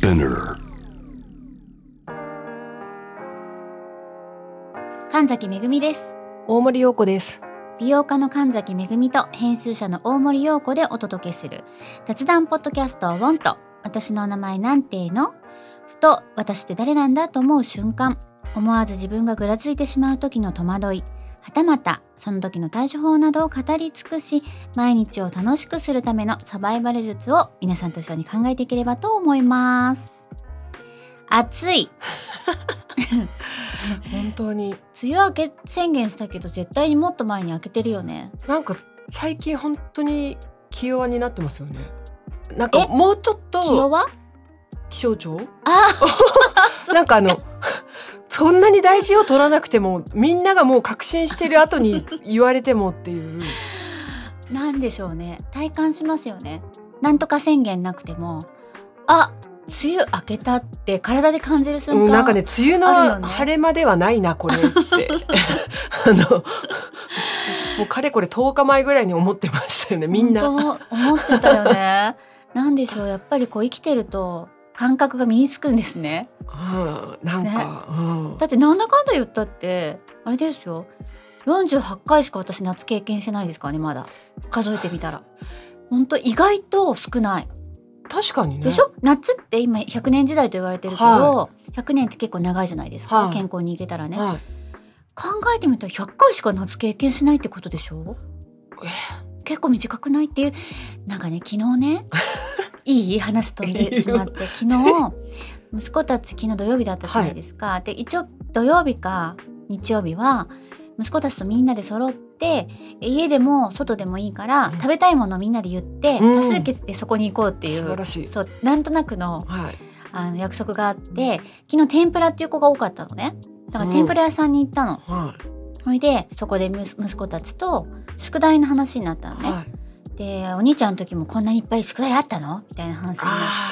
Spinner。 神崎めぐみです。 大森洋子です。 美容家の神崎めぐみと編集者の大森洋子でお届けする雑談ポッドキャストウォンと私の名前なんてのふと私って誰なんだと思う瞬間、思わず自分がぐらついてしまう時の戸惑い、はたまたその時の対処法などを語り尽くし、毎日を楽しくするためのサバイバル術を皆さんと一緒に考えていければと思います。暑い本当に梅雨明け宣言したけど絶対にもっと前に明けてるよね。 なんか最近本当に気弱になってますよね。なんかもうちょっと気弱？ 気象庁なんかそんなに大事を取らなくてもみんながもう確信してる後に言われてもっていうなんでしょうね、体感しますよね。なんとか宣言なくてもあ、梅雨明けたって体で感じる瞬間、 なんかね、梅雨の晴れ間ではないなこれってもうかれこれ10日前ぐらいに思ってましたよね、みんな。 本当思ってたよねなんでしょう、やっぱりこう生きてると感覚が身につくんですね。 なんか、 ね、だってなんだかんだ言ったってあれですよ、48回しか私夏経験してないですからね、まだ数えてみたら本当意外と少ない。 確かにね。 でしょ、夏って今100年時代と言われてるけど、100年って結構長いじゃないですか、健康にいけたらね、考えてみたら100回しか夏経験しないってことでしょ。結構短くないっていう、なんかね、昨日ねいい話飛んでしまって昨日息子たち昨日土曜日だったじゃないですか、で一応土曜日か日曜日は息子たちとみんなで揃って家でも外でもいいから、食べたいものをみんなで言って、多数決でそこに行こうっていう、 素晴らしい。 そうなんとなくの、約束があって、昨日天ぷらっていう子が多かったのね。だから天ぷら屋さんに行ったの、それでそこで息子たちと宿題の話になったのね、でお兄ちゃんの時もこんなにいっぱい宿題あったのみたいな話になって、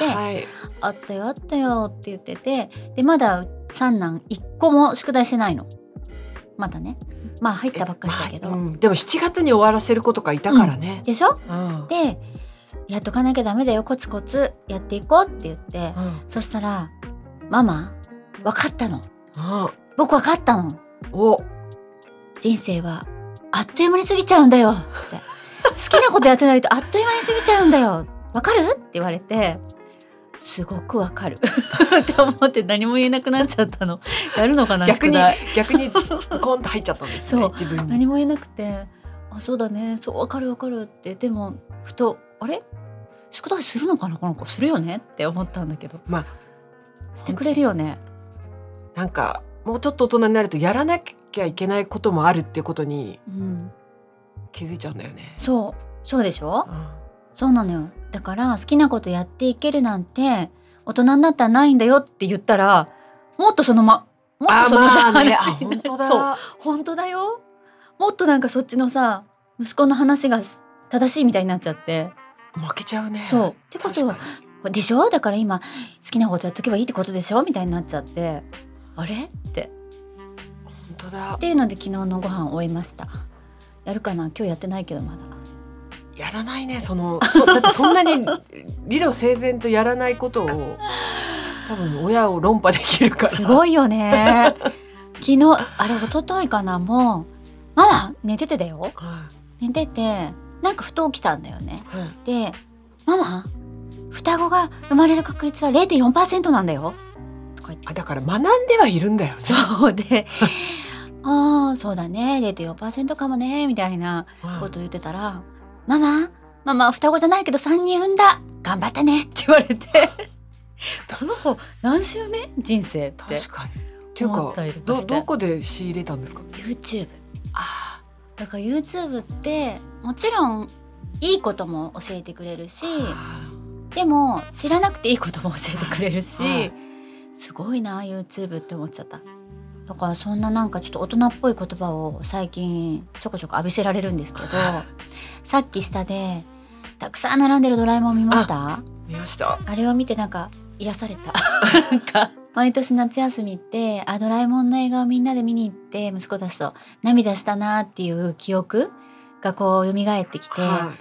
あったよあったよって言ってて、でまだ三男1個も宿題してないのまだね。まあ入ったばっかしだけど、 でも7月に終わらせる子とかいたからね、 でしょ、でやっとかなきゃダメだよ、コツコツやっていこうって言って、そしたらママ分かったの、僕分かったの、人生はあっという間に過ぎちゃうんだよって好きなことやってないとあっという間に過ぎちゃうんだよ、分かるって言われて、すごくわかるって思って何も言えなくなっちゃったの。やるのかな、 逆にコンと入っちゃったんですね。そう自分に何も言えなくて、あそうだね、そうわかるわかるって、でもふとあれ宿題するのかなこの子、するよねって思ったんだけど、してくれるよね。 なんかもうちょっと大人になるとやらなきゃいけないこともあるっていうことに気づいちゃうんだよね。 そうでしょ、そうなのよ。だから好きなことやっていけるなんて大人になったらないんだよって言ったら、もっとそのもっとそのさ、 本当だそう本当だよ、もっとなんかそっちのさ息子の話が正しいみたいになっちゃって負けちゃうね。 そうってことはでしょ、だから今好きなことやっとけばいいってことでしょみたいになっちゃって、あれって本当だっていうので昨日のご飯を終えました。やるかな、今日やってないけどまだやらないね。だってそんなに理路整然とやらないことを多分親を論破できるからすごいよね昨日あれ一昨日かな、もうママ寝ててだよ、寝ててなんかふと起きたんだよね、でママ双子が生まれる確率は 0.4% なんだよとか言って、 だから学んではいるんだよね。 そうでそうだね 0.4% かもねみたいなこと言ってたら、ママ双子じゃないけど3人産んだ頑張ったねって言われてこの子何週目人生って確かにっていうかどこで仕入れたんですか？ YouTube。 だから YouTube ってもちろんいいことも教えてくれるし、でも知らなくていいことも教えてくれるし、すごいな YouTube って思っちゃった。だからそんななんかちょっと大人っぽい言葉を最近ちょこちょこ浴びせられるんですけど、さっき下でたくさん並んでるドラえもん見ました？ 見ました。 あれを見てなんか癒されたなんか毎年夏休みってドラえもんの映画をみんなで見に行って息子たちと涙したなっていう記憶がこう蘇ってきて、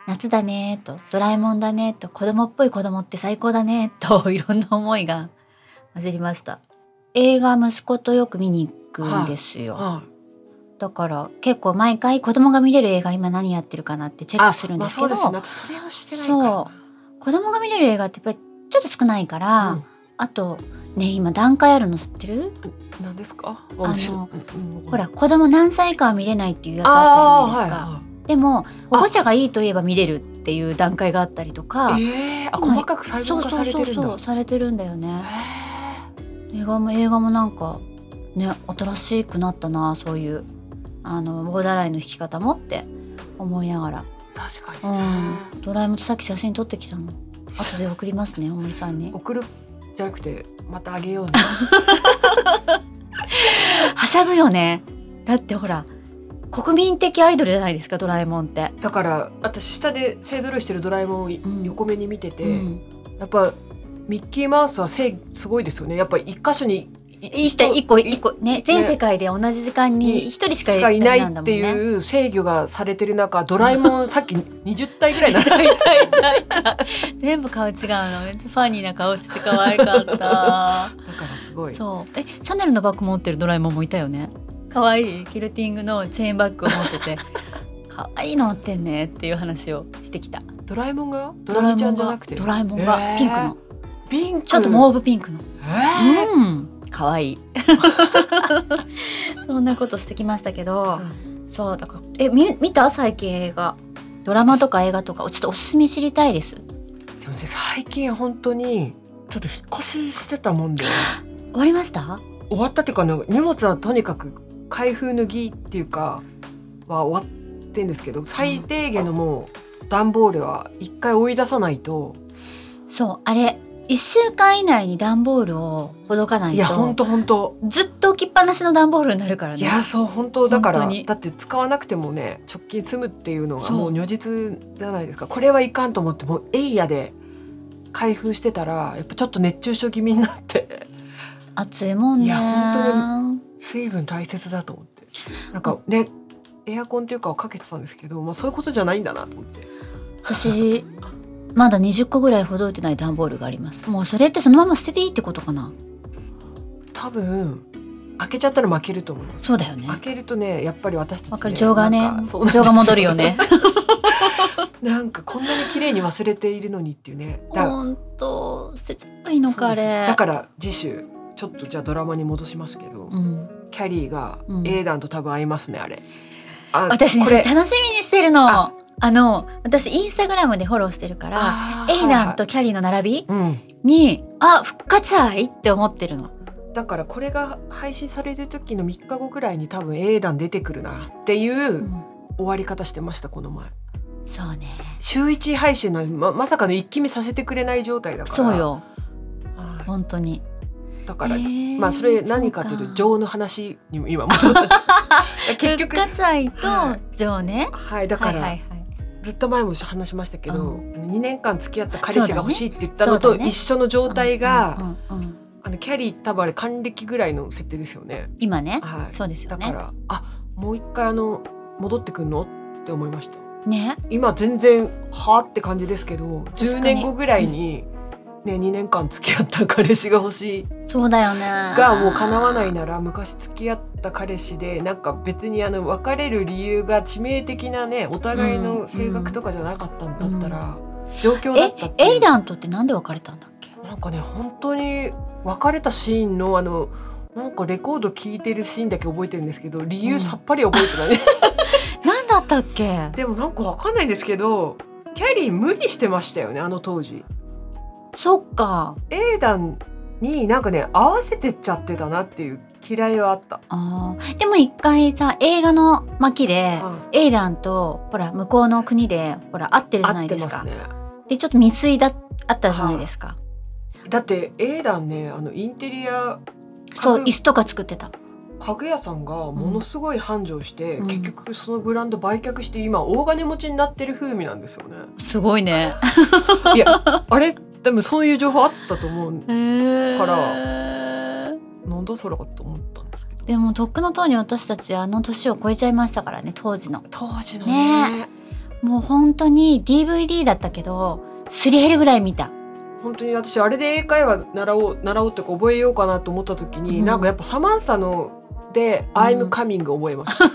夏だねとドラえもんだねと子供っぽい子供って最高だねといろんな思いが混じりました。映画息子とよく見に行くんですよ、だから結構毎回子供が見れる映画今何やってるかなってチェックするんですけど、 そうですね、それをしてないからな。 そう子供が見れる映画ってやっぱりちょっと少ないから、あとね今段階あるの知ってる？ 何ですか？ ほら子供何歳かは見れないっていうやつあったじゃないですか。でも保護者がいいと言えば見れるっていう段階があったりとか、 細かく細分化されてるんだ。 そうされてるんだよね。映画もなんかね新しくなったな、そういうボーダーラインの引き方もって思いながら。 確かに、 ドラえもんとさっき写真撮ってきたの。後で送りますね、大森さんに。 送るじゃなくてまたあげようね。 はしゃぐよね。だってほら国民的アイドルじゃないですか、ドラえもんって。 だから私下で勢ぞろいしてるドラえもんを横目に見てて、やっぱミッキーマウスはすごいですよね。やっぱ一箇所に一個ね、全世界で同じ時間に一人しかいないっていう制御がされてる中、ドラえもんさっき20体ぐらいなった全部顔違うの。めっちゃファニーな顔してて可愛かった。だからすごい。 そうシャネルのバッグ持ってるドラえもんもいたよね。可愛いキルティングのチェーンバッグを持ってて可愛いの持ってんねっていう話をしてきた。 ドラえもんがドラえもんちゃんじゃなくてドラえもんがピンクの、ちょっとモーブピンクの、可愛いそんなことしてきましたけど、そうだから見た最近映画、ドラマとか映画とかちょっとおすすめ知りたいです。 でもね最近本当にちょっと引っ越ししてたもんで終わりました？ 終わったっていうか、荷物はとにかく開封脱ぎっていうかは終わってんですけど、最低限のもう段ボールは一回追い出さないと。 そうあれ1週間以内に段ボールをほどかないと、 いや本当ずっと置きっぱなしの段ボールになるからね。 いやそう本当だから、だって使わなくてもね直近済むっていうのがもう如実じゃないですか。これはいかんと思ってもうエイヤで開封してたらやっぱちょっと熱中症気味になって暑いもんね。 いや本当に水分大切だと思って、なんかねエアコンっていうかをかけてたんですけど、そういうことじゃないんだなと思って。 私まだ20個ぐらいほどいてない段ボールがあります。もうそれってそのまま捨てていいってことかな。 多分開けちゃったら負けると思います。 そうだよね。 開けるとねやっぱり私たちね、 わかる、情が戻るよね。 なんかこんなに綺麗に忘れているのにっていうね。 本当捨てちゃえばいいのかあれ。 だから次週ちょっとじゃあドラマに戻しますけど、キャリーがエーダンと多分合いますね、あれ。 私ねそれ楽しみにしてるの。私インスタグラムでフォローしてるからエイダンとキャリーの並びに、復活愛って思ってるの。 だからこれが配信される時の3日後ぐらいに多分エイダン出てくるなっていう終わり方してましたこの前。 そうね、 週1配信の まさかの一気見させてくれない状態だから。 そうよ、本当に。 だから、それ何かというとジョーの話にも今戻った結局復活愛とジョーね、 だから、ずっと前も話しましたけど、2年間付き合った彼氏が欲しいって言ったのと一緒の状態がキャリー多分あれ還暦ぐらいの設定ですよね今ね、そうですよね。 だからもう一回戻ってくるのって思いましたね。 今全然はって感じですけど10年後ぐらいに、2年間付き合った彼氏が欲しい、 そうだよねがもう叶わないなら昔付き合った彼氏でなんか別に別れる理由が致命的なねお互いの性格とかじゃなかったんだったら、状況だったっていう。 エイダンとってなんで別れたんだっけ？ なんかね本当に別れたシーンのなんかレコード聴いてるシーンだけ覚えてるんですけど理由さっぱり覚えてない、 なんだったっけ？ でもなんかわかんないんですけどキャリー無理してましたよね当時。 そっか。 エイダンになんかね合わせてっちゃってたなっていう嫌いはあった。 でも一回さ映画の巻で、エイダンとほら向こうの国でほら会ってるじゃないですか。 会ってますね。 でちょっと未遂あったじゃないですか。 だってエイダンねインテリアそう椅子とか作ってた家具屋さんがものすごい繁盛して、結局そのブランド売却して今大金持ちになってる風味なんですよね。 すごいね。 いやあれでもそういう情報あったと思うからなんだそれかと思ったんですけど。 でもとっくのとうに私たち年を超えちゃいましたからね当時のね。 もう本当に DVD だったけどすり減るぐらい見た。 本当に私あれで英会話習おうってか覚えようかなと思った時に、なんかやっぱサマンサので、I'm coming 覚えました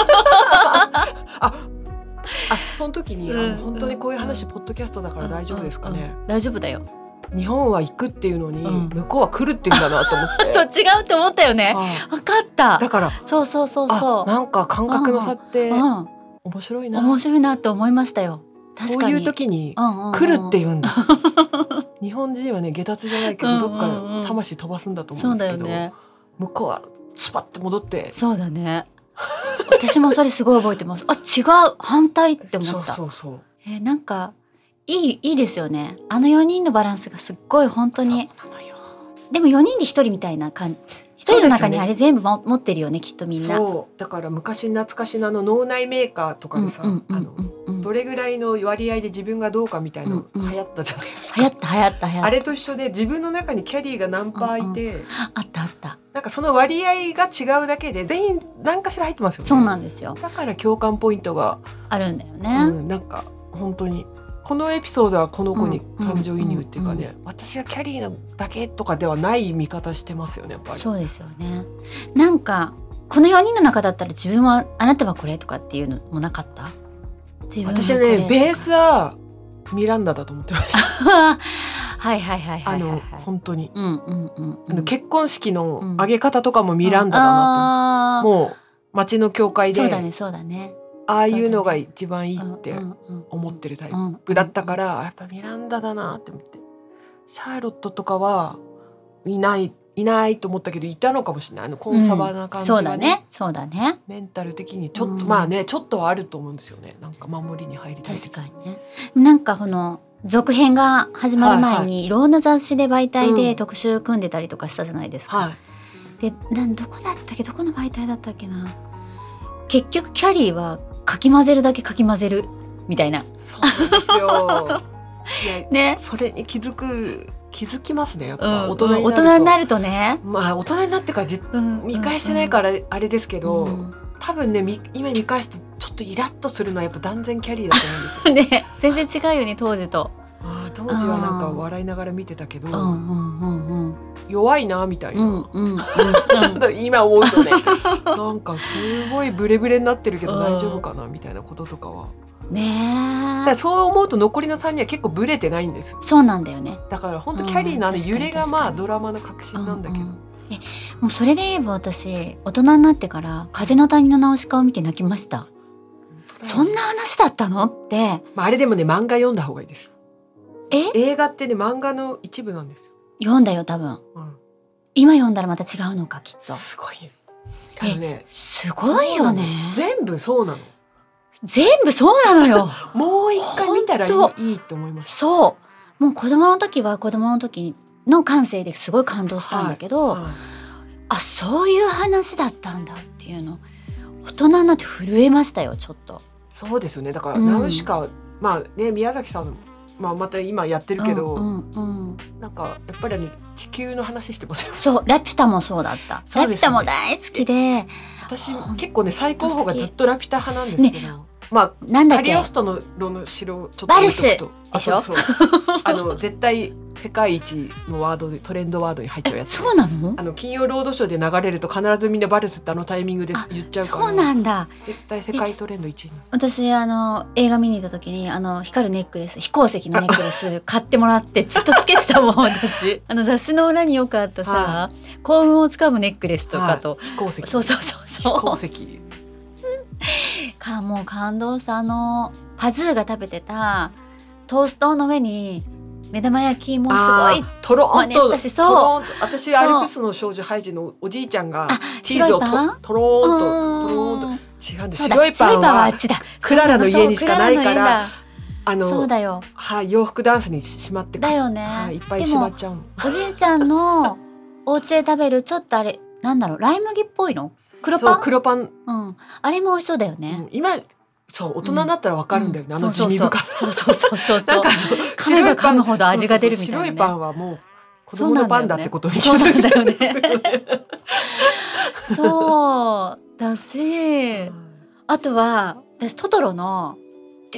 その時に、本当にこういう話ポッドキャストだから大丈夫ですかね、 大丈夫だよ。 日本は行くっていうのに、向こうは来るって言うんだなと思ってそう違うって思ったよね、分かった。だからそうなんか感覚の差って面白いなって思いましたよ。確かにそういう時に来るって言うんだ、日本人はね下脱じゃないけど、どっか魂飛ばすんだと思うんですけど、向こうはスパッて戻って。 そうだね私もそれすごい覚えてます。違う反対って思った。 そうなんかいいですよね。あの4人のバランスがすっごい本当に。 そうなのよ。 でも4人で1人みたいな感じ。1人の中にあれ全部持ってるよねきっとみんな。 そうだから昔懐かしの脳内メーカーとかでさ、どれぐらいの割合で自分がどうかみたいなの流行ったじゃないですか。 流行ったあれと一緒で自分の中にキャリーが何パーいて、 あったなんかその割合が違うだけで全員何かしら入ってますよね。 そうなんですよ。 だから共感ポイントがあるんだよね、 なんか本当にこのエピソードはこの子に感情移入っていうかね、私がキャリーなだけとかではない見方してますよねやっぱり。 そうですよね。なんかこの4人の中だったら自分はあなたはこれとかっていうのもなかった？ 私はねベースはミランダだと思ってましたはい本当に、 うん結婚式の挙げ方とかもミランダだなと思って、もう町の教会でそうだねああいうのが一番いいって思ってるタイプだったから、やっぱミランダだなって思って。シャーロットとかはいないと思ったけどいたのかもしれない。コンサバな感じがね、 そうだねメンタル的にちょっと、まあねちょっとはあると思うんですよね。なんか守りに入りたい。 確かにね。なんかこの続編が始まる前にいろんな雑誌で媒体で特集組んでたりとかしたじゃないですか、でどこだったっけ、どこの媒体だったっけな。結局キャリーはかき混ぜるだけかき混ぜるみたいな。 そうですよね、 それに気づきますねやっぱ、大人になるとね。まあ大人になってから見返してないからあれですけど、多分ね今見返すとちょっとイラッとするのはやっぱ断然キャリーだと思うんですよね。全然違うよね当時と。 当時はなんか笑いながら見てたけど、弱いなみたいな、今思うとねなんかすごいブレブレになってるけど大丈夫かなみたいなこととかはね。だからそう思うと残りの3人は結構ブレてないんです。 そうなんだよね。 だから本当キャリーの揺れがまあドラマの核心なんだけど、 もうそれで言えば私大人になってから風の谷のナウシカを見て泣きました。そんな話だったのって、 あれでもね漫画読んだ方がいいです。映画ってね漫画の一部なんですよ。 読んだよ多分、今読んだらまた違うのかきっと。 すごいです。 すごいよね。 全部そうなの。 全部そうなのよもう一回見たらいいと思いました。 そうもう子供の時は子供の時の感性ですごい感動したんだけど、そういう話だったんだっていうの大人になって震えましたよちょっと。 そうですよね。だからナウシカ、まあね宮崎さんまた今やってるけど、なんかやっぱり地球の話してますよ。 そうラピュタもそうだった。ラピュタも大好きで、 私結構ね最高峰がずっとラピュタ派なんですけど、カリオストロの城ちょっとバルスでしょ。 絶対世界一のワードでトレンドワードに入っちゃうやつ。 そうなの？ 金曜ロードショーで流れると必ずみんなバルスってタイミングで言っちゃうから。 そうなんだ。 絶対世界トレンド1位。 私映画見に行った時に光るネックレス、飛行石のネックレス買ってもらってずっとつけてたもん私。雑誌の裏によくあったさ、幸運をつかむネックレスとかと、 飛行石。 そう飛行石。 もう感動した。パズーが食べてたトーストの上に目玉焼きもすごいトローンとしたし、そう私アルプスの少女ハイジのおじいちゃんがチーズをトローンと違うんです。白いパンはあっちだ。クララの家にしかないからそうだよ。 洋服ダンスにしまってだよね。 いっぱいしまっちゃうの。 おじいちゃんのお家で食べるちょっとあれなんだろう、ライ麦っぽいの黒パン、あれも美味しそうだよね。 今そう大人になったらわかるんだよね、地味深そうなんか噛めば噛むほど味が出るみたいなね。 白いパンはもう子供のパンだってことに気づいて。そうなんだよねそうだし、あとは私トトロの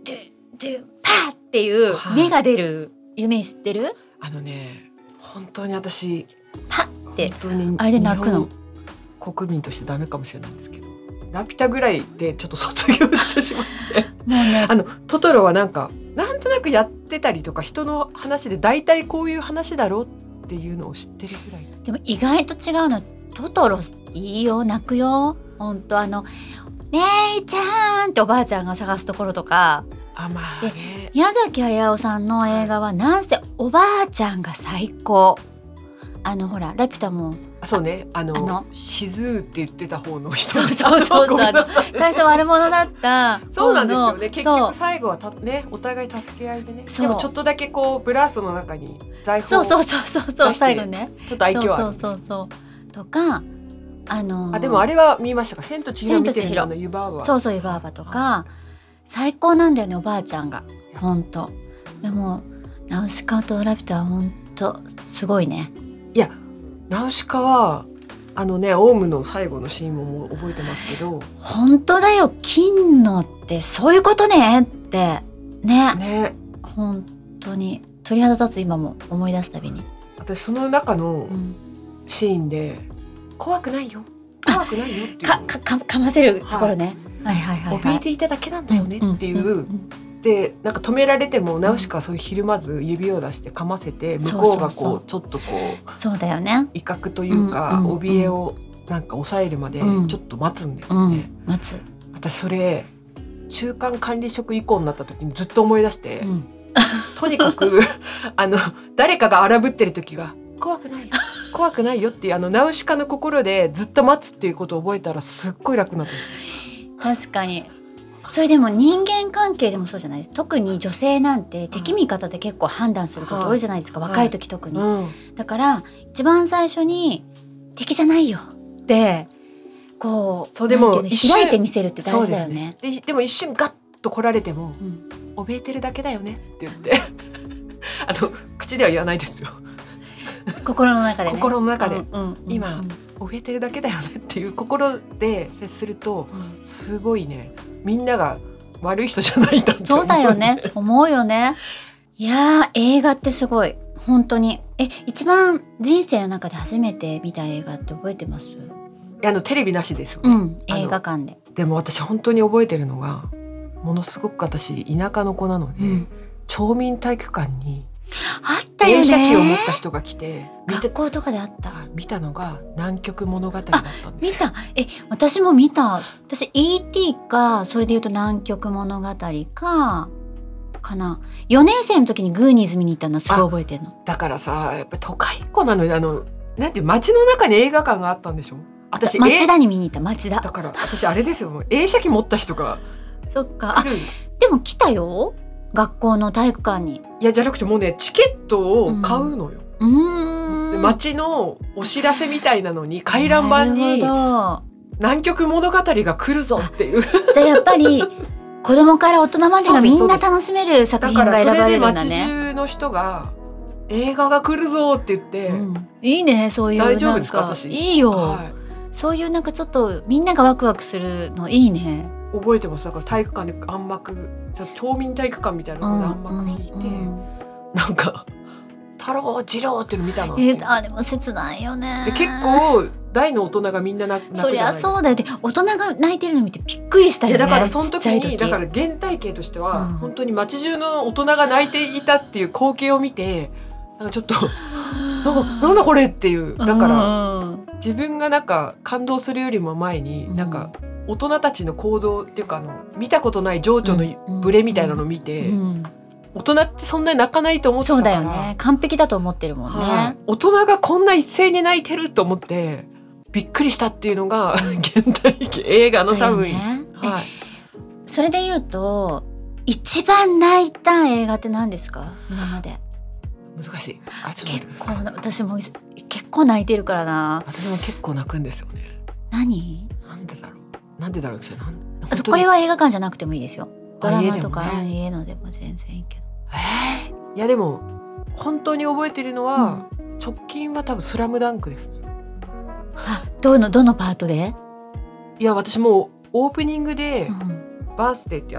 でパーっていう芽が出る夢知ってる？ 本当に私パッって本当にあれで泣くの。 国民としてダメかもしれないんですけど、ラピュタぐらいでちょっと卒業してしまってもう、ね、トトロはなんとなくやってたりとか、人の話で大体こういう話だろうっていうのを知ってるぐらい。 でも意外と違うの。トトロいいよ、泣くよ。本当めいちゃんっておばあちゃんが探すところとか。で宮崎駿さんの映画はなんせおばあちゃんが最高。ほらラピュタもそうね、シズーって言ってた方の人。 そう最初悪者だったそうなんですよね。結局最後はね、お互い助け合いでね。でもちょっとだけこうブラスの中に財宝を出して最後ね、 ちょっと愛嬌ある。 そうとかでもあれは見ましたか？千と千尋見てるの湯婆婆。そう湯婆婆とか最高なんだよね、おばあちゃんが本当。でもナウシカとラピュタは本当すごいね。 いやナウシカはオウムの最後のシーンも覚えてますけど、 本当だよ、金のってそういうことねってね本当に鳥肌立つ。今も思い出すたびに私その中のシーンで、怖くないよっていうかませるところね、はい怯えていただけなんだよねっていう、でなんか止められてもナウシカはそういうひるまず指を出してかませて、向こうがこうちょっとこうそうだよね、 威嚇というか、怯えをなんか抑えるまでちょっと待つんですよね、 待つ。 私それ中間管理職以降になった時にずっと思い出して、とにかく誰かが荒ぶってる時が怖くないよっていうナウシカの心でずっと待つっていうことを覚えたらすっごい楽になってます。確かに。それでも人間関係でもそうじゃないですか。特に女性なんて敵味方で結構判断すること多いじゃないですか、若い時特に、だから一番最初に敵じゃないよってこうでも開いてみせるって大事だよね。 でも一瞬ガッと来られても、怯えてるだけだよねって言って口では言わないですよ心の中で、 今怯えてるだけだよねっていう心で接すると、すごいね、みんなが悪い人じゃないんだって思う。 そうだよね、思うよね。いや映画ってすごい本当に。一番人生の中で初めて見た映画って覚えてます？ テレビなしですよね、 映画館で。 でも私本当に覚えてるのが、ものすごく私田舎の子なので、町民体育館にあったよね、 映写機を持った人が来て、 学校とかであった。 見たのが南極物語だったんですよ。 見た。私も見た。私 E.T. か、それで言うと南極物語かな。4年生の時にグーニーズ見に行ったのすごい覚えてるの。 だからさ、やっぱり都会っ子なのになんていう街の中に映画館があったんでしょ。私町田に見に行った。町田だから私あれですよ、映写機持った人がそっか。でも来たよ、学校の体育館に。 いやじゃなくてもうね、チケットを買うのよ、で街のお知らせみたいなのに回覧板に南極物語が来るぞっていうじゃあやっぱり子供から大人までがみんな楽しめる作品が選ばれるんだね。 だからそれで街中の人が映画が来るぞって言って、 いいね、そういう。 大丈夫ですか私？ いいよ、そういうなんかちょっとみんながワクワクするのいいね。 覚えてます。だから体育館で暗幕、町民体育館みたいなので暗幕引いて、なんか太郎次郎っていうの見たのって。 あれも切ないよね。 で結構大の大人がみんな泣くじゃないですか。 そりゃそうだよ。で大人が泣いてるの見てびっくりしたよね。 だからその時にだから原体験としては、本当に街中の大人が泣いていたっていう光景を見て、なんかちょっとなんだこれっていう。だから自分がなんか感動するよりも前に、なんか大人たちの行動っていうか見たことない情緒のブレみたいなのを見て、大人ってそんなに泣かないと思ってたから。 そうだよね、完璧だと思ってるもんね、 大人がこんな一斉に泣いてると思ってびっくりしたっていうのが現代映画の多分、 それで言うと一番泣いた映画って何ですか？今まで。 難しい。 結構私も結構泣いてるからな。 私も結構泣くんですよね。 何？ なんでだろうこれは映画館じゃなくてもいいですよ。ドラマとか家のでも全然いいけど。 いやでも本当に覚えてるのは、直近は多分スラムダンクです。 どのパートで？ いや私もうオープニングで、バースデーって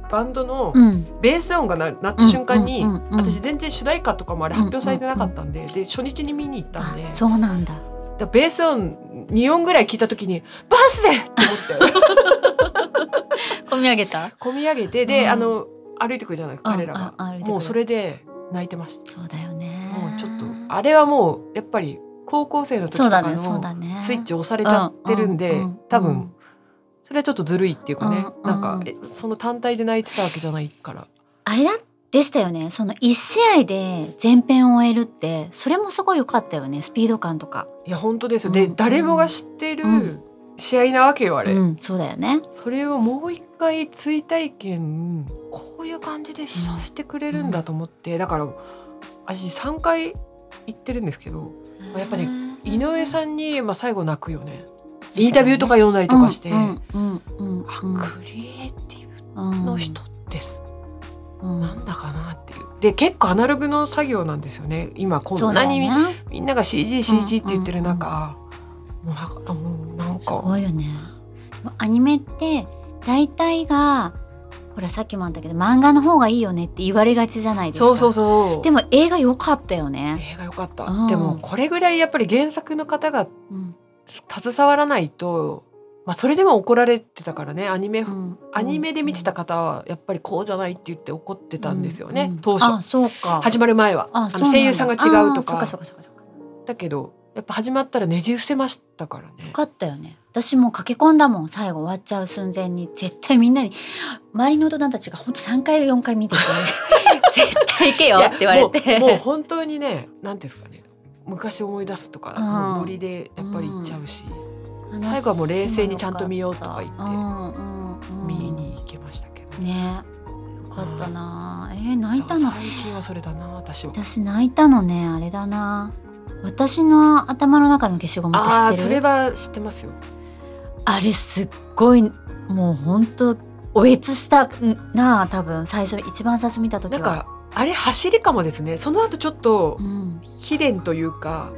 バンドのベース音が鳴った瞬間に、私全然主題歌とかもあれ発表されてなかったんで、で初日に見に行ったんで、 そうなんだ。 ベース音2音ぐらい聞いた時にバースデーって思って込み上げた。 込み上げて、で、歩いてくるじゃないですか、彼らが。もうそれで泣いてました。 そうだよね。 もうちょっとあれはもうやっぱり高校生の時とかのスイッチ押されちゃってるんで、多分それはちょっとずるいっていうかね、なんかその単体で泣いてたわけじゃないから。 あれでしたよね。その1試合で全編を終えるってそれもすごい良かったよね。スピード感とか。 いや本当ですよ。で、誰もが知ってる試合なわけよあれ。 そうだよね。 それをもう一回追体験こういう感じでさせてくれるんだと思って、だから私3回行ってるんですけど、やっぱり井上さんに最後泣くよね。インタビューとか読んだりとかして、クリエイティブの人です、なんだかなっていう。で結構アナログの作業なんですよね今。こんなにみんなが CG って言ってる中、もうなんかすごいよね。アニメって大体がほらさっきもあったけど漫画の方がいいよねって言われがちじゃないですか。 そうでも映画良かったよね。 映画良かった、でもこれぐらいやっぱり原作の方が携わらないと、それでも怒られてたからね。アニメで見てた方はやっぱりこうじゃないって言って怒ってたんですよね、当初。 そうか。 始まる前は声優さんが違うとか。 そうか。 だけどやっぱ始まったらねじ伏せましたからね。 よかったよね。私も駆け込んだもん。最後終わっちゃう寸前に絶対みんなに、周りの大人たちが本当3回4回見てて絶対行けよって言われて、 もう本当にね、なんていうんですかね、昔思い出すとかノリでやっぱり行っちゃうし、最後はもう冷静にちゃんと見ようとか言って見に行けましたけどね。よかったな。泣いたの。 最近はそれだな。私泣いたのね。あれだな。私の頭の中の消しゴムって知ってる？ それは知ってますよ。 あれすっごいもう本当おえつしたな。多分一番最初見た時はなんかあれ走りかもですね。その後ちょっと秘伝というか、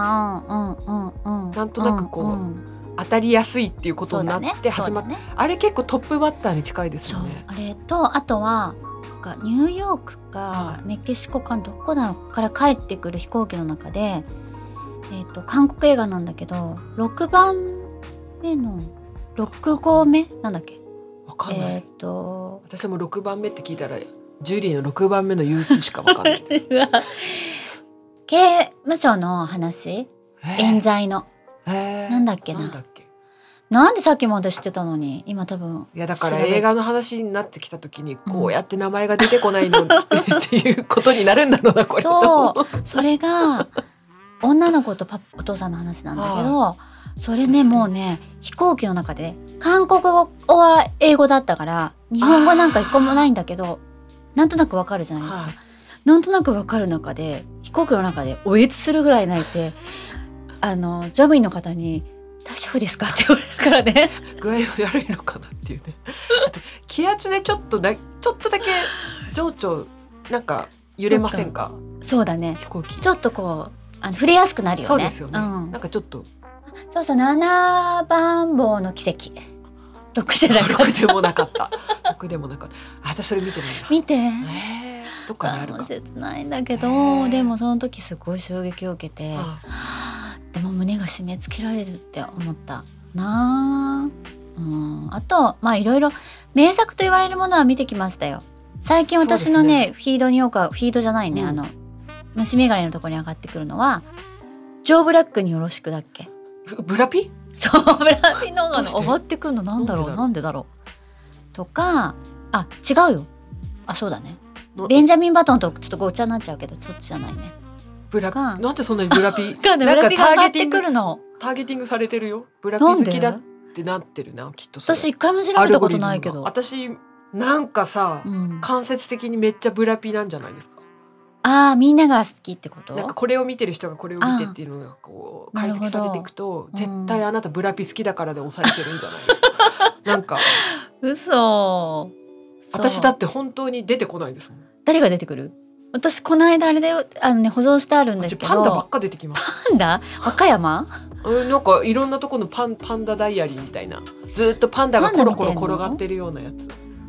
なんとなくこう、当たりやすいっていうことになって始まって、あれ結構トップバッターに近いですよね。 あれとあとはニューヨークかメキシコかどこだから帰ってくる飛行機の中で、韓国映画なんだけど6番目の6号目なんだっけ。 わかんないです。私も6番目って聞いたらジュリーの6番目の憂鬱しかわかんない刑務所の話、冤罪のなんだっけな。なんでさっきまで知ってたのに今多分。 いやだから映画の話になってきた時にこうやって名前が出てこないのっていうことになるんだろうなこれ。 それが女の子とお父さんの話なんだけど、それねもうね飛行機の中で韓国語は英語だったから日本語なんか一個もないんだけどなんとなくわかるじゃないですか。なんとなくわかる中で飛行機の中でおえつするぐらい泣いて、乗務員の方に大丈夫ですかって言われたからね。 具合悪いのかなっていうね。あと気圧でちょっとだけ情緒なんか揺れませんか？ そうだね。 飛行機ちょっとこう触れやすくなるよね。 そうですよね。なんかちょっとそう7番号の奇跡。6じゃなかった。 6でもなかった。6でもなかった。私それ見てないんだ。 見て。 どっかにあるか。 切ないんだけど、でもその時すごい衝撃を受けて、でも胸が締め付けられるって思ったな。あといろいろ名作と言われるものは見てきましたよ。最近私のねフィードにフィードじゃないね、虫眼鏡のところに上がってくるのはジョー・ブラックによろしくだっけ。 ブラピ？ そうブラピのが上がってくるのなんでだろうとか。違うよ。そうだね。ベンジャミン・バトンとちょっとごちゃになっちゃうけどそっちじゃないね。 なんでそんなにブラピブラピが上がってくるのターゲティングされてるよ。ブラピ好きだってなってるなきっと。 私一回も調べたことないけど。 私なんかさ、間接的にめっちゃブラピなんじゃないですか。 みんなが好きってこと。 なんかこれを見てる人がこれを見てっていうのがこう解析されていくと、絶対あなたブラピ好きだからで抑えてるんじゃないですか。なんか嘘。 私だって本当に出てこないですもん。 誰が出てくる？私この間あれだよ保存してあるんですけど。 パンダばっか出てきます。 パンダ？和歌山？ なんかいろんなところのパンダダイアリーみたいな、ずっとパンダがコロコロ転がってるようなやつ。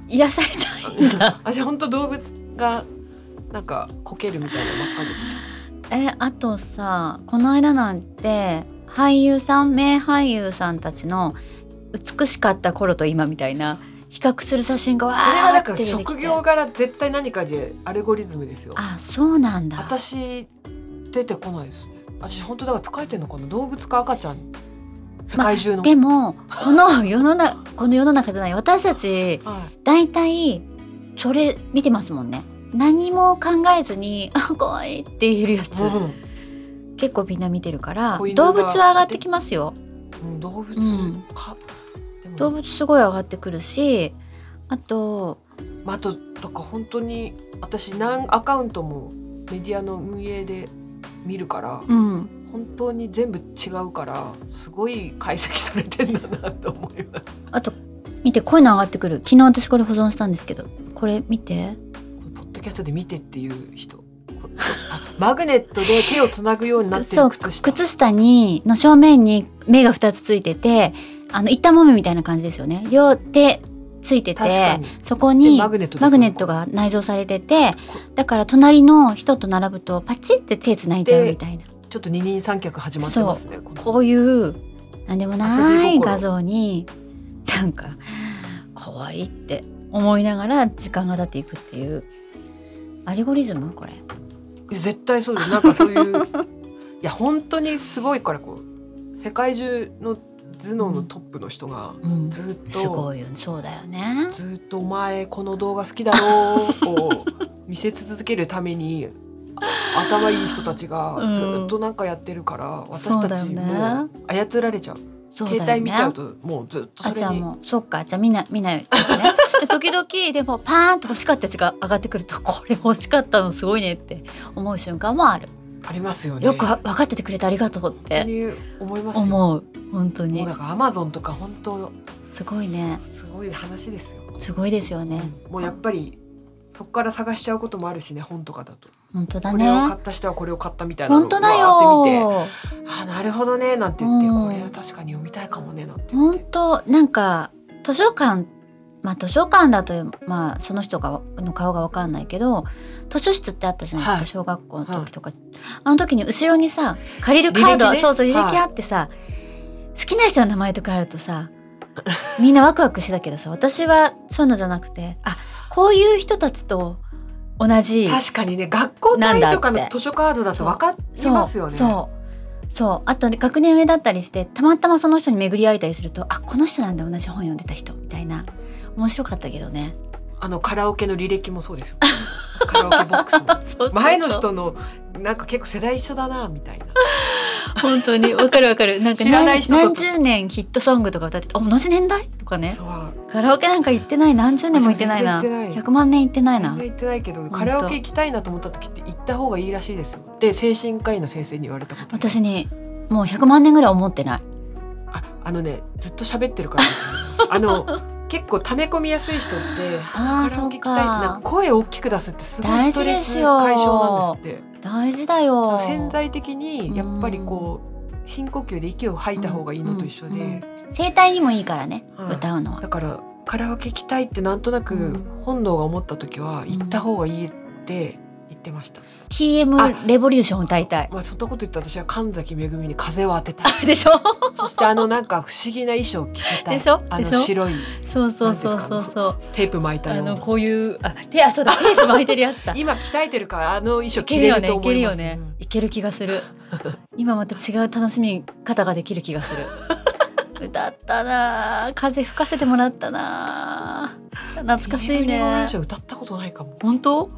癒されたいんだ私本当動物がなんかこけるみたいなばっかり。 あとさ、この間なんて俳優さん、名俳優さんたちの美しかった頃と今みたいな比較する写真がわーってそれはだから出てきて、 職業柄絶対何かでアルゴリズムですよ。 あ、そうなんだ。 私出てこないですね。私本当だから疲れてるのかな、動物か赤ちゃん、世界中の、 でもこの世の中じゃない私たち、だいたいそれ見てますもんね。何も考えずにあ、怖いって言えるやつ、結構みんな見てるから動物は上がってきますよ。 動物か、でも動物すごい上がってくるし、あとだから本当に私何アカウントもメディアの運営で見るから、本当に全部違うからすごい解析されてんだなと思います。 あと見て、こういうの上がってくる。昨日私これ保存したんですけど、これ見て、 ポッドキャストで見てっていう人マグネットで手をつなぐようになってる靴下の正面に目が2つついてて、いったもめみたいな感じですよね。両手ついてて、そこにマグネットが内蔵されてて、だから隣の人と並ぶとパチって手つないじゃうみたいな、 ちょっと二人三脚始まってますね。 こういうなんでもない画像になんか怖いって思いながら時間が経っていくっていうアルゴリズム、これ絶対そうです。なんかそういういや本当にすごいから、こう世界中の頭脳のトップの人がずっと、 すごいよ、そうだよね。 ずっとお前この動画好きだろうを見せ続けるために頭いい人たちがずっとなんかやってるから、私たちもう操られちゃう。携帯見ちゃうともうずっとそれに。 じゃあもうそっか、じゃあ見ないね時々でもパーンと欲しかったやつが上がってくると、これ欲しかったのすごいねって思う瞬間もある。 ありますよね。 よく分かっててくれてありがとうって本当に思いますよ。 思う、本当に。 もうだからアマゾンとか本当すごいね。 すごい話ですよ。 すごいですよね。 もうやっぱりそこから探しちゃうこともあるしね、本とかだと。 本当だね。 これを買った人はこれを買ったみたいなのを本当だよわーって見て、あ、なるほどねなんて言って、これは確かに読みたいかもねなんて言って。 本当なんか図書館だとその人の顔が分かんないけど、図書室ってあったじゃないですか、小学校の時とか、あの時に後ろにさ借りるカード、履歴あってさ、好きな人の名前とかあるとさみんなワクワクしてたけどさ、私はそういうのじゃなくて、こういう人たちと同じ。 確かにね、学校単位とかの図書カードだと分かりますよね。 そうあと、学年上だったりしてたまたまその人に巡り会えたりすると、この人なんだ、同じ本読んでた人みたいな。面白かったけどね。 カラオケの履歴もそうですよカラオケボックスも前の人のなんか結構世代一緒だなみたいな。 本当にわかるなんか知らない人と何十年ヒットソングとか歌ってて、同じ年代とかね。カラオケなんか行ってない、何十年も行ってないな、100万年行ってないな。 全然行ってないけど、カラオケ行きたいなと思った時って行った方がいいらしいですよって精神科医の先生に言われたこと。 私にもう100万年ぐらい思ってない。 ずっと喋ってるからだと思います結構溜め込みやすい人ってカラオケ行きたい、なんか声を大きく出すってすごいストレス解消なんですって。 大事だよ。 潜在的にやっぱりこう深呼吸で息を吐いた方がいいのと一緒で、 声帯にもいいからね、歌うのは。 だからカラオケ行きたいってなんとなく本能が思った時は行った方がいいって言ってました。 TM レボリューション歌いたい。 そんなこと言ったら私は神崎めぐみに風を当てたいでしょそしてなんか不思議な衣装着せたい。 でしょ白いそうテープ巻いたようなこういうそうだ、テープ巻いてるやつだ今鍛えてるから衣装着れると思います。 いける気がする今また違う楽しみ方ができる気がする歌ったな、風吹かせてもらったな、懐かしいね。 衣装歌ったことないかも。 本当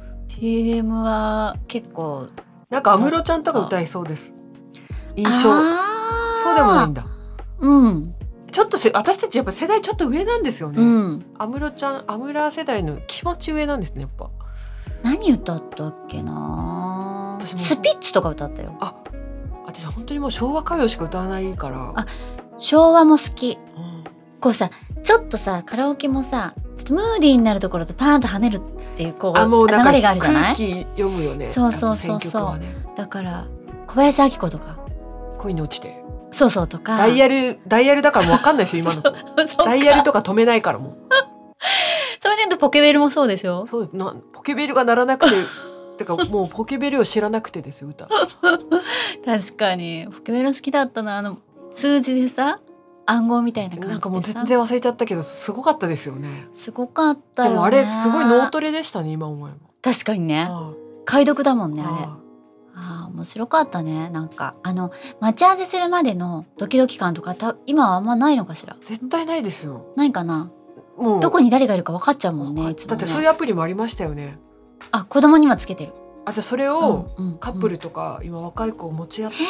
？TM は結構なんか安室ちゃんとか歌いそうです。印象そうでもないんだ。ちょっと私たちやっぱ世代ちょっと上なんですよね。安室ちゃん、安室世代の気持ち上なんですね、やっぱ。何歌ったっけな。スピッツとか歌ったよ。 私本当にもう昭和歌謡しか歌わないから。 昭和も好き。こうさ、ちょっとさカラオケもさ、ちょっとムーディーになるところとパーンと跳ねるっていうもうなんか流れがあるじゃない。 空気読むよね。 そう、だから小林明子とか恋に落ちて、 そうとか、 ダイヤルだからもう分かんないですよ今の子ダイヤルとか止めないからもうそれで言うとポケベルもそうでしょ。 そうポケベルが鳴らなくててかもうポケベルを知らなくてですよ歌確かにポケベル好きだったな。数字でさ暗号みたいな感じでさ、 なんかもう全然忘れちゃったけどすごかったですよね。 すごかったよね。 でもあれすごい脳トレでしたね今思えば。 確かにね、解読だもんねあれ。面白かったね。なんか待ち合わせするまでのドキドキ感とか今はあんまないのかしら。 絶対ないですよ。 ないかな。 もうどこに誰がいるか分かっちゃうもんね。いつもね。 だってそういうアプリもありましたよね。 子供にはつけてる。 じゃあそれをカップルとか、今若い子持ち合ってる。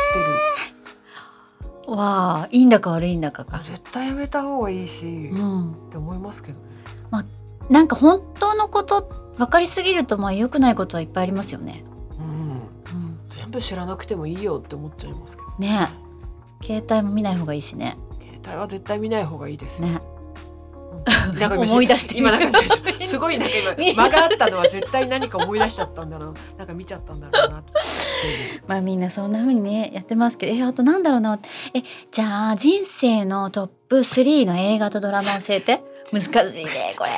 わあ、いいんだか悪いんだかが絶対やめた方がいいし、って思いますけどね。 なんか本当のこと分かりすぎると良くないことはいっぱいありますよね。 全部知らなくてもいいよって思っちゃいますけどね。携帯も見ない方がいいしね。 携帯は絶対見ない方がいいですね。 なんか思い出して今なんかすごいなんか今間があったのは絶対何か思い出しちゃったんだな、なんか見ちゃったんだろうなみんなそんな風にねやってますけど、あとなんだろうな。じゃあ人生のトップ3の映画とドラマ教えて。難しいねこれ。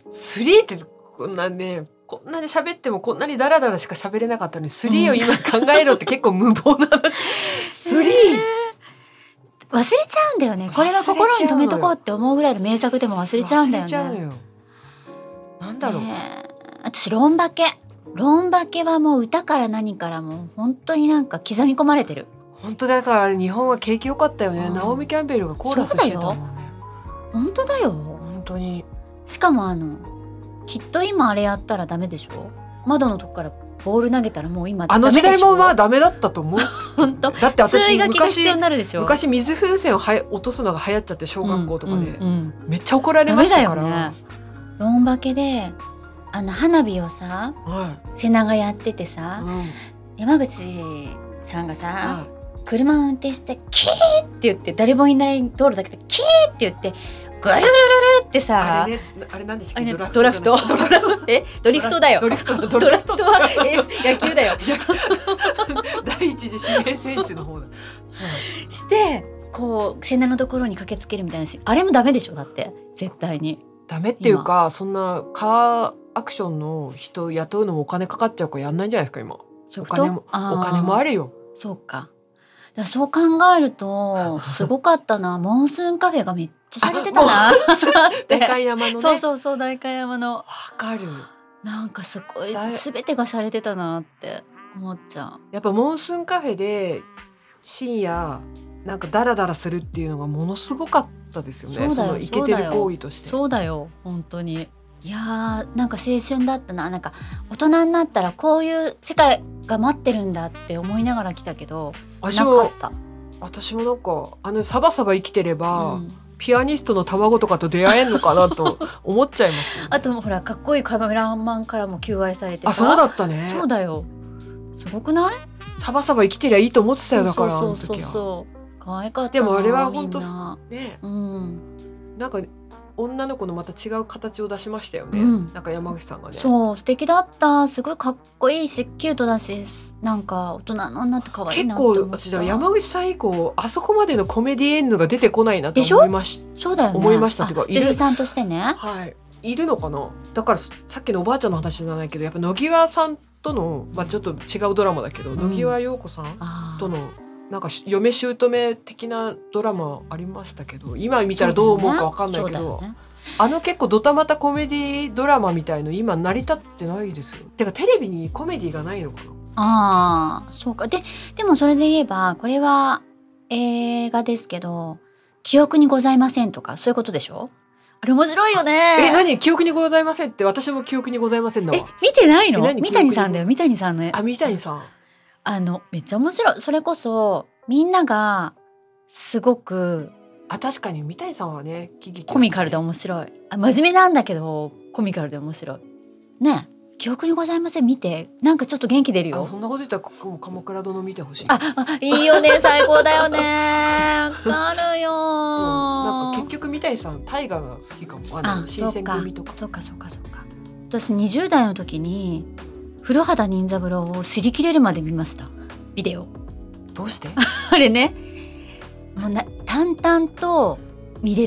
3ってこんなね、こんなに喋ってもこんなにダラダラしか喋れなかったのに3を今考えろって結構無謀な話。3 忘れちゃうんだよね。これは心に留めとこうって思うぐらいの名作でも忘れちゃうんだよね。 忘れちゃうのよ。なんだろう。 私ロンバケはもう歌から何からもう本当になんか刻み込まれてる。 本当だから日本は景気良かったよね。ナオミ・キャンベルがコーラスしてたもんね。 本当だよ。 本当に。しかもきっと今あれやったらダメでしょ。窓のとこからボール投げたらもう今時代もダメだったと思う。 本当。 だって私昔水風船を落とすのが流行っちゃって小学校とかで、めっちゃ怒られましたから。 ね、ロンバケで花火をさ、瀬名がやっててさ、山口さんがさ、車を運転してキーって言って誰もいない道路だけでキーって言ってぐるぐるぐるってさ、 あれなんでしたっけ？ ドラフトドリフトだよ。ドラフトは野球だよ。 第一次指名選手の方だ。 してこう瀬名のところに駆けつけるみたいなし、あれもダメでしょ。だって絶対にダメっていうか、そんなカーアクションの人雇うのもお金かかっちゃうからやんないんじゃないですか今。お金もあるよ。 そうか。そう考えるとすごかったな。モンスーンカフェがめっちゃ洒落てたな。 代官山のね。 そう代官山の。 わかる。 なんかすごい全てが洒落てたなって思っちゃう。 やっぱモンスーンカフェで深夜なんかダラダラするっていうのがものすごかったですよね。そのイケてる行為として。 そうだよ本当に。いやーなんか青春だったな。なんか大人になったらこういう世界が待ってるんだって思いながら来たけどなかった。 私もなんかサバサバ生きてれば、ピアニストの卵とかと出会えんのかなと思っちゃいますよね。 あとほらかっこいいカメラマンからも求愛されてさ。 そうだったね。 そうだよ。すごくない？ サバサバ生きてりゃいいと思ってたよ。だからあの時は。 そう可愛かったな。 でもあれは本当ね、なんか女の子のまた違う形を出しましたよね。なんか山口さんがね。そう素敵だった。すごいかっこいいしキュートだし、なんか大人の女って可愛いなって思った。 結構私山口さん以降あそこまでのコメディエンヌが出てこないなと思いました。 そうだよね。 思いましたっていうか、 女優さんとしてね。 はい。いるのかな。だからさっきのおばあちゃんの話じゃないけど、やっぱ野際さんとのちょっと違うドラマだけど、野際陽子さんとのなんか嫁姑的なドラマありましたけど、今見たらどう思うか分かんないけど、結構ドタマタコメディドラマみたいの今成り立ってないですよ。てかテレビにコメディがないのかな。そうか。でもそれで言えばこれは映画ですけど、記憶にございませんとかそういうことでしょ。あれ面白いよね。 何記憶にございませんって。私も記憶にございませんだわ。 見てないの？三谷さんだよ。三谷さんの。 三谷さん。 めっちゃ面白い。それこそみんながすごく確かに三谷さんはねコミカルで面白い。真面目なんだけどコミカルで面白いね。記憶にございません見て、なんかちょっと元気出るよ。 そんなこと言ったら鎌倉殿見てほしい。 いいよね。最高だよね。わかるよ。 なんか結局三谷さん大河が好きかも。新選組とか。 そうか。私20代の時に古畑任三郎を擦り切れるまで見ました。ビデオ。 どうして？ あれね、もう淡々と見れるの。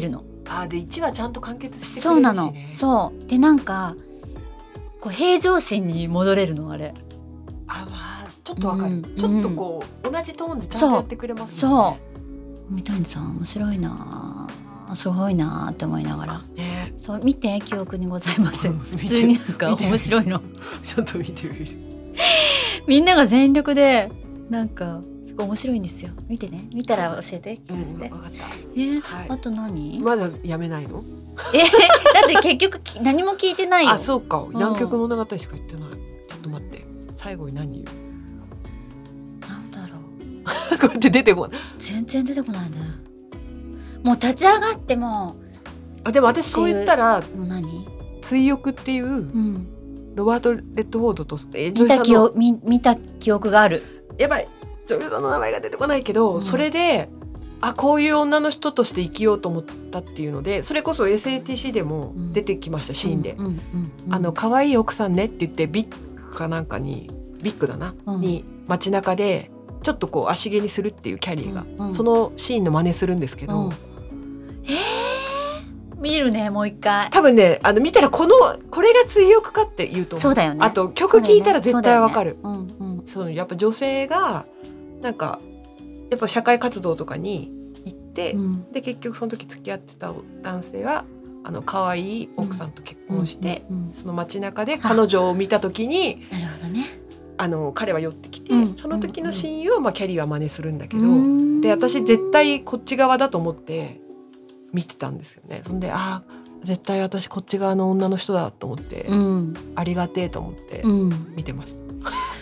で1話ちゃんと完結してくれるしね。 そうなの。そうでなんかこう平常心に戻れるのあれ。 ちょっとわかる、ちょっとこう同じトーンでちゃんとやってくれますよね。 三谷さん面白いな、すごいなって思いながら、そう見て記憶にございません、普通になんか面白いのちょっと見てみるみんなが全力でなんかすごい面白いんですよ。見てね、見たら教えて聞かせて、 分かった。 あと何？ まだやめないの？ だって結局何も聞いてないよ。 そうか、南極物語しか言ってない。ちょっと待って、最後に何言う？ なんだろうこうやって出てこない。 全然出てこないね。もう立ち上がってもでも私そう言ったら何？ 追憶っていう、ロバート・レッドフォードと見た記憶がある。 やばい、女優さんの名前が出てこないけど、それでこういう女の人として生きようと思ったっていうので、それこそ SATC でも出てきました、シーンで、可愛い奥さんねって言ってビッグかなんかにビッグだな、に街中でちょっとこう足毛にするっていうキャリーが、そのシーンの真似するんですけど、 見るねもう一回。 多分ね見たらこれが追憶かって言うと思う。 そうだよね。 あと曲聴いたら絶対わかる。そうやっぱ女性がなんかやっぱ社会活動とかに行って、で結局その時付き合ってた男性は可愛い奥さんと結婚して、その街中で彼女を見た時に、 なるほどね、 彼は寄ってきて、その時のシーンをキャリーは真似するんだけど、で私絶対こっち側だと思って見てたんですよね。そんで絶対私こっち側の女の人だと思って、ありがてえと思って見てました。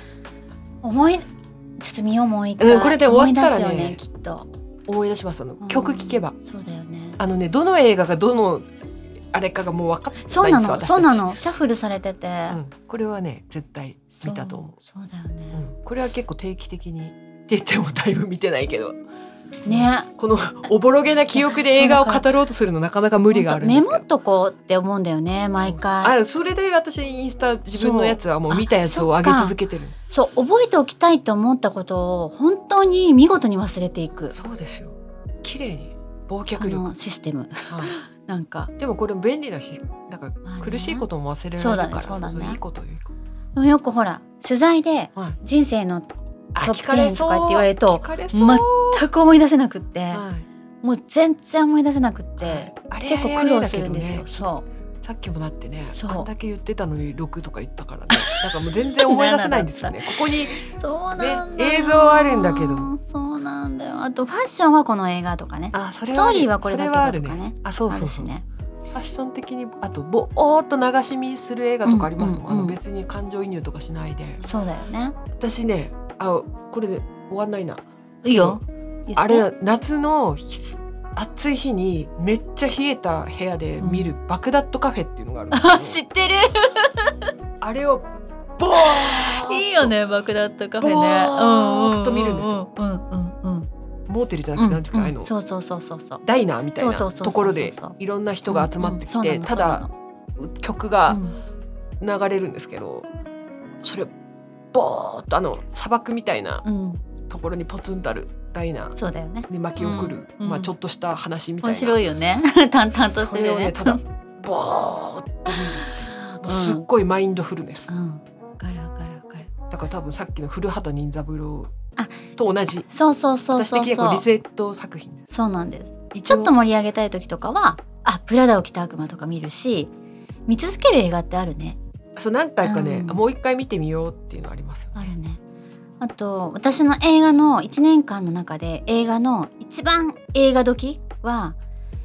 ちょっと見ようもう一回。 これで終わったらねきっと思い出します。曲聴けば。 そうだよね。 どの映画がどのあれかがもう分かってないんです。 そうなのシャッフルされてて、 これはね絶対見たと思う。 そうだよね、 これは結構定期的にって言ってもだいぶ見てないけどね、 このおぼろげな記憶で映画を語ろうとするのなかなか無理があるんですけど、 メモっとこうって思うんだよね毎回。 それで私インスタ自分のやつはもう見たやつを上げ続けてる。 そう覚えておきたいと思ったことを本当に見事に忘れていく。 そうですよ、綺麗に忘却力システムなんかでもこれ便利だし、なんか苦しいことも忘れられるから、 そうだね、 いいこといいこと。 よくほら取材で人生のトップ10とかって言われると全く思い出せなくって、もう全然思い出せなくって、結構苦労するんですよ。そうさっきもだってね、あんだけ言ってたのに6とか言ったからね、なんかもう全然思い出せないんですよねここにそうなんだ、 映像はあるんだけど。 そうなんだよ。あとファッションはこの映画とかね、ストーリーはこれだけどとかね、 そうファッション的にあとぼーっと流し見する映画とかありますもん、別に感情移入とかしないで。そうだよね。私ねこれで終わんないな。 いいよ。 あれ夏の暑い日にめっちゃ冷えた部屋で見るバクダッドカフェっていうのがあるんですよ、 知ってるあれをボーいいよね、バクダッドカフェね。 ボーっと見るんですよ。モーテルじゃなくてなんていうか、ああいうのそうダイナーみたいなところでいろんな人が集まってきて、ただ曲が流れるんですけど、それボーっと砂漠みたいなところにポツンとあるダイナーに巻き送る、ちょっとした話みたいな。面白いよね淡々としてるね。それをねただボーっと見るっていう、すっごいマインドフルネス。だから多分さっきの古畑任三郎と同じ。そう私的にはリセット作品です。そうなんです。ちょっと盛り上げたい時とかはプラダを着た悪魔とか見るし、見続ける映画ってあるね。そう何回かね、もう一回見てみようっていうのありますよね。あるね。あと私の映画の1年間の中で映画の一番映画時は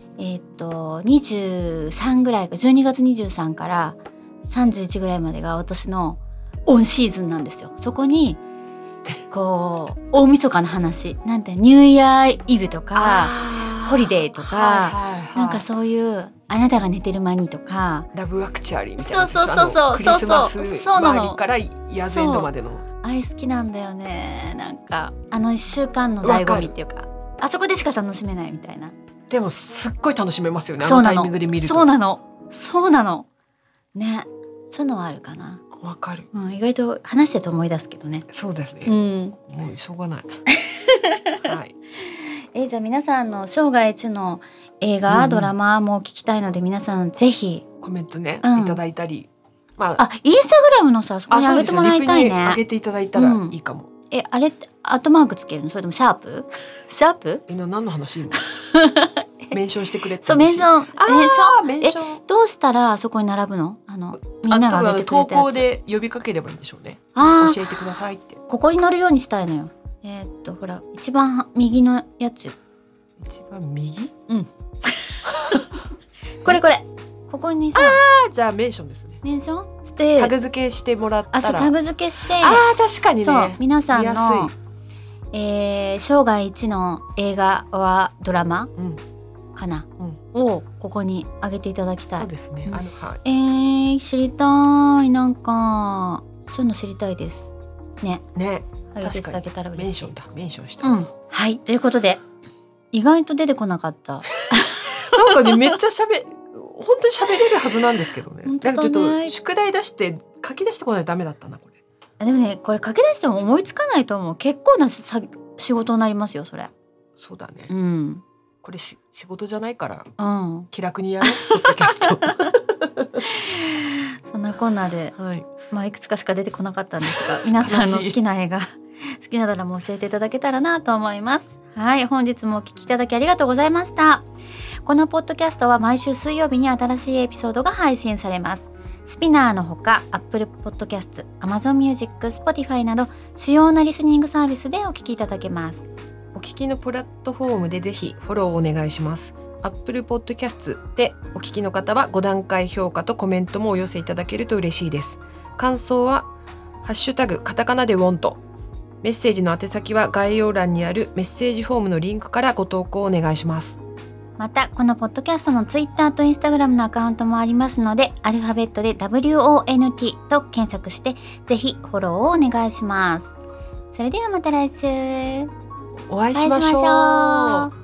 23ぐらいか、12月23から31ぐらいまでが私のオンシーズンなんですよ。そこにこう大晦日の話なんてニューイヤーイブとかホリデーとか、なんかそういうあなたが寝てる間にとか、ラブアクチュアリーみたいな、そうクリスマス周りからイヤーズエンドまでのあれ好きなんだよね。なんか1週間の醍醐味っていうか、あそこでしか楽しめないみたいな。でもすっごい楽しめますよね、タイミングで見ると。そうなのね。そういうのはあるかな。わかる、意外と話してて思い出すけどね。そうですね、もうしょうがないはい。じゃあ皆さんの生涯一の映画、ドラマも聞きたいので皆さんぜひコメントね、いただいたり、 インスタグラムのさそこに上げてもらいたいね。 上げていただいたらいいかも。 あれアットマークつけるのそれともシャープ何の話今メンションしてくれって話。 そうメンションどうしたらそこに並ぶの？みんなが上げてくれたやつ。 投稿で呼びかければいいんでしょうね。教えてくださいって。 ここに載るようにしたいのよ。ほら一番右のやつ。 一番右？ これここにさ。 じゃあメンションですね。 メンションしてタグ付けしてもらったら。 そうタグ付けして。 確かにね。 そう皆さんの生涯一の映画はドラマ、かな、をここに上げていただきたい。 そうですね。 知りたいなんかそういうの知りたいですね。上げていただけたら嬉しい。 メンションした。 はいということで意外と出てこなかった。 なんかねめっちゃ本当に喋れるはずなんですけどね。なんかちょっと宿題出して書き出してこないとダメだったなこれ。 でもねこれ書き出しても思いつかないと思う。結構な仕事になりますよそれ。 そうだね。これ仕事じゃないから、気楽にやろうポッドキャスト。 そんなこんなで、いくつかしか出てこなかったんですが皆さんの好きな映画好きなドラマ教えていただけたらなと思います。本日もお聞きいただきありがとうございました。このポッドキャストは毎週水曜日に新しいエピソードが配信されます。スピナーのほか Apple Podcast、Amazon Music、Spotify など主要なリスニングサービスでお聞きいただけます。 お聞きのプラットフォームでぜひフォローをお願いします。Apple Podcast でお聞きの方は5段階評価とコメントもお寄せいただけると嬉しいです。感想はハッシュタグカタカナでウォント。メッセージの宛先は概要欄にあるメッセージフォームのリンクからご投稿お願いします。 またこのポッドキャストの Twitter と Instagram のアカウントもありますのでアルファベットで WONT と検索してぜひフォローをお願いします。それではまた来週お会いしましょう。